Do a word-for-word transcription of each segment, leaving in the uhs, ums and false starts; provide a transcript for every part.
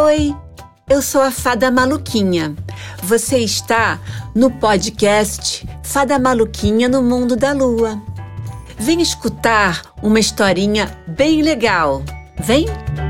Oi, eu sou a Fada Maluquinha. Você está no podcast Fada Maluquinha no Mundo da Lua. Vem escutar uma historinha bem legal. Vem!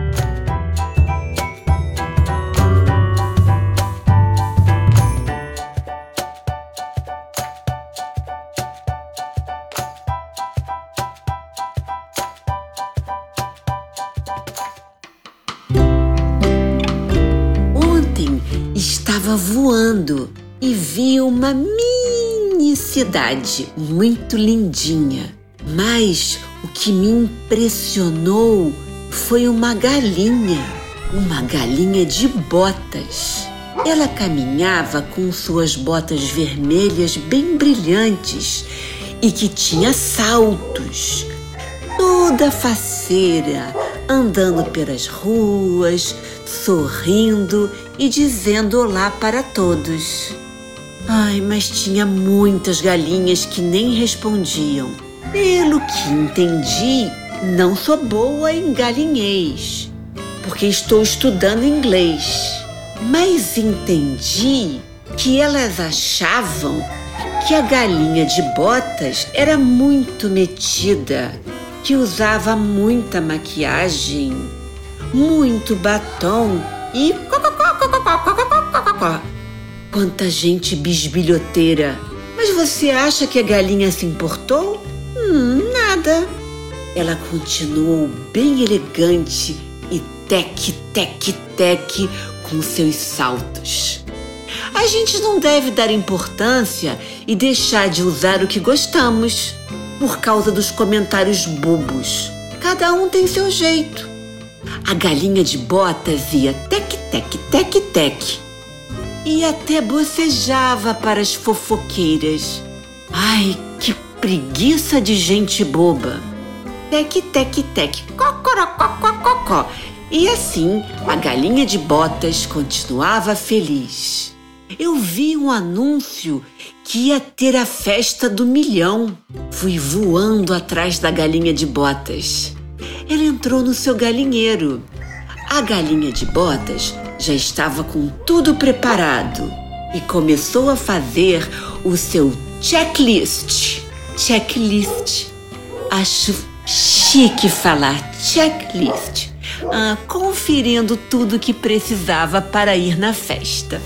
Estava voando e vi uma mini cidade muito lindinha. Mas o que me impressionou foi uma galinha, uma galinha de botas. Ela caminhava com suas botas vermelhas bem brilhantes e que tinha saltos. Toda faceira, andando pelas ruas, sorrindo e dizendo olá para todos. Ai, mas tinha muitas galinhas que nem respondiam. Pelo que entendi, não sou boa em galinhês, porque estou estudando inglês. Mas entendi que elas achavam que a galinha de botas era muito metida, que usava muita maquiagem, muito batom e... Quanta gente bisbilhoteira! Mas você acha que a galinha se importou? Hum, nada. Ela continuou bem elegante e tec, tec, tec com seus saltos. A gente não deve dar importância e deixar de usar o que gostamos por causa dos comentários bobos. Cada um tem seu jeito. A galinha de botas ia tec, tec, tec, tec. E até bocejava para as fofoqueiras. Ai, que preguiça de gente boba. Tec, tec, tec, cocorococococó. E assim, a galinha de botas continuava feliz. Eu vi um anúncio que ia ter a festa do milhão. Fui voando atrás da galinha de botas. Ela entrou no seu galinheiro. A galinha de botas já estava com tudo preparado e começou a fazer o seu checklist. Checklist. Acho chique falar checklist. Ah, conferindo tudo que precisava para ir na festa.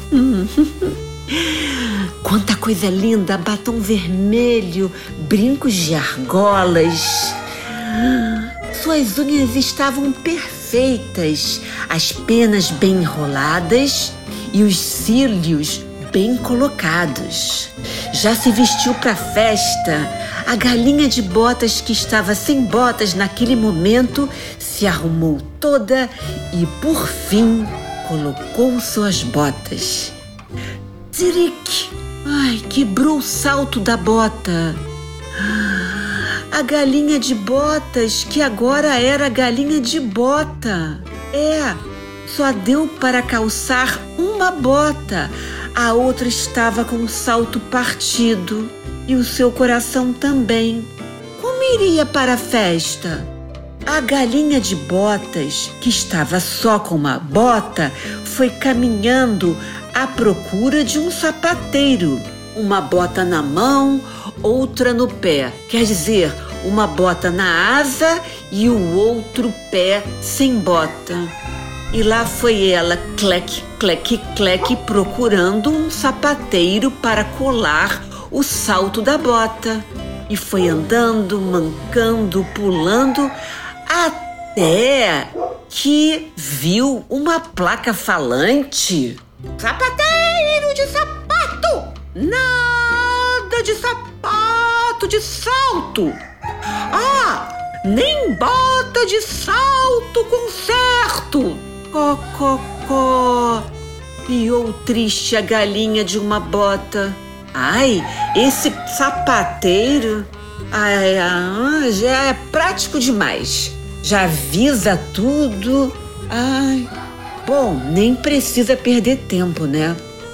Quanta coisa linda! Batom vermelho, brincos de argolas. Suas unhas estavam perfeitas, as penas bem enroladas e os cílios bem colocados. Já se vestiu para a festa. A galinha de botas, que estava sem botas naquele momento, se arrumou toda e, por fim, colocou suas botas. Ziric! Ai, quebrou o salto da bota. A galinha de botas, que agora era galinha de bota. É, só deu para calçar uma bota. A outra estava com o salto partido e o seu coração também. Como iria para a festa? A galinha de botas, que estava só com uma bota, foi caminhando à procura de um sapateiro. Uma bota na mão, outra no pé. Quer dizer, uma bota na asa e o outro pé sem bota. E lá foi ela, cleque, cleque, cleque, procurando um sapateiro para colar o salto da bota. E foi andando, mancando, pulando, até que viu uma placa falante. Sapateiro de sapato! Nada de sapato de salto! Ah, nem bota de salto conserto! Cococó! Piou triste a galinha de uma bota. Ai, esse sapateiro ai, ai, já é prático demais. Já avisa tudo. Ai, bom, nem precisa perder tempo, né?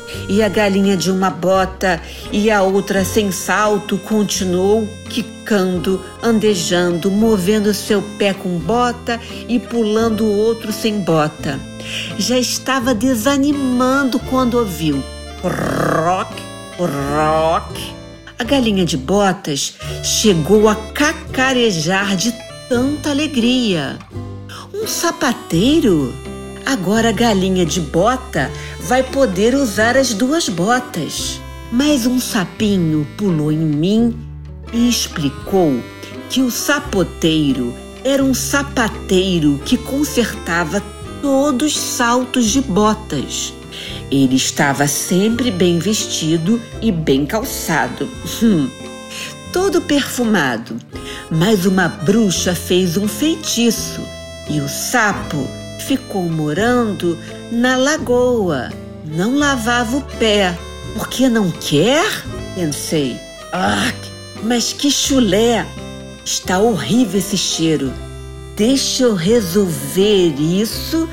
E a galinha de uma bota e a outra sem salto continuou quicando, andejando, movendo seu pé com bota e pulando o outro sem bota. Já estava desanimando quando ouviu croc, croc. A galinha de botas chegou a cacarejar de tanta alegria. Um sapateiro? Agora a galinha de bota vai poder usar as duas botas. Mas um sapinho pulou em mim e explicou que o sapoteiro era um sapateiro que consertava todos os saltos de botas. Ele estava sempre bem vestido e bem calçado, hum, todo perfumado. Mas uma bruxa fez um feitiço e o sapo ficou morando na lagoa. Não lavava o pé. Por que não quer? Pensei. Ah, mas que chulé! Está horrível esse cheiro. Deixa eu resolver isso.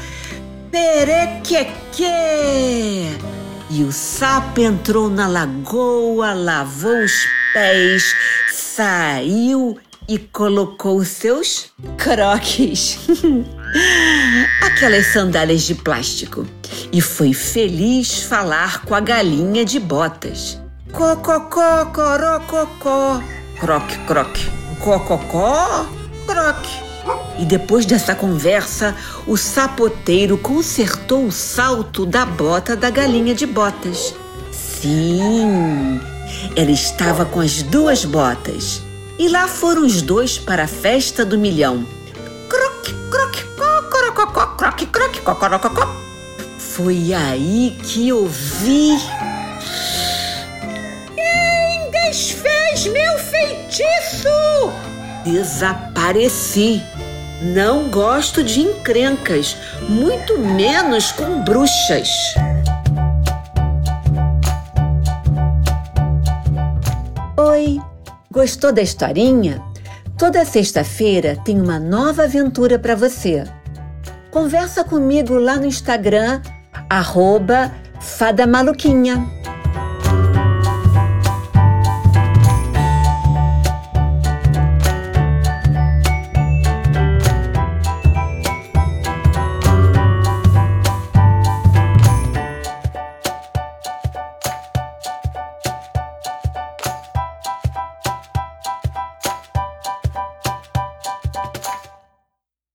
Perequeque! E o sapo entrou na lagoa, lavou os pés, saiu e colocou seus croques. Aquelas sandálias de plástico. E foi feliz falar com a galinha de botas. Cococó, corococó, croque, croque, cococó, croque. E depois dessa conversa, o sapoteiro consertou o salto da bota da galinha de botas. Sim, ela estava com as duas botas. E lá foram os dois para a festa do milhão. Croque, croque, cocorococó, croque, croque, cocorococó. Foi aí que ouvi... Quem desfez meu feitiço? Desapareci. Não gosto de encrencas, muito menos com bruxas. Oi, gostou da historinha? Toda sexta-feira tem uma nova aventura para você. Conversa comigo lá no Instagram, arroba Fada Maluquinha.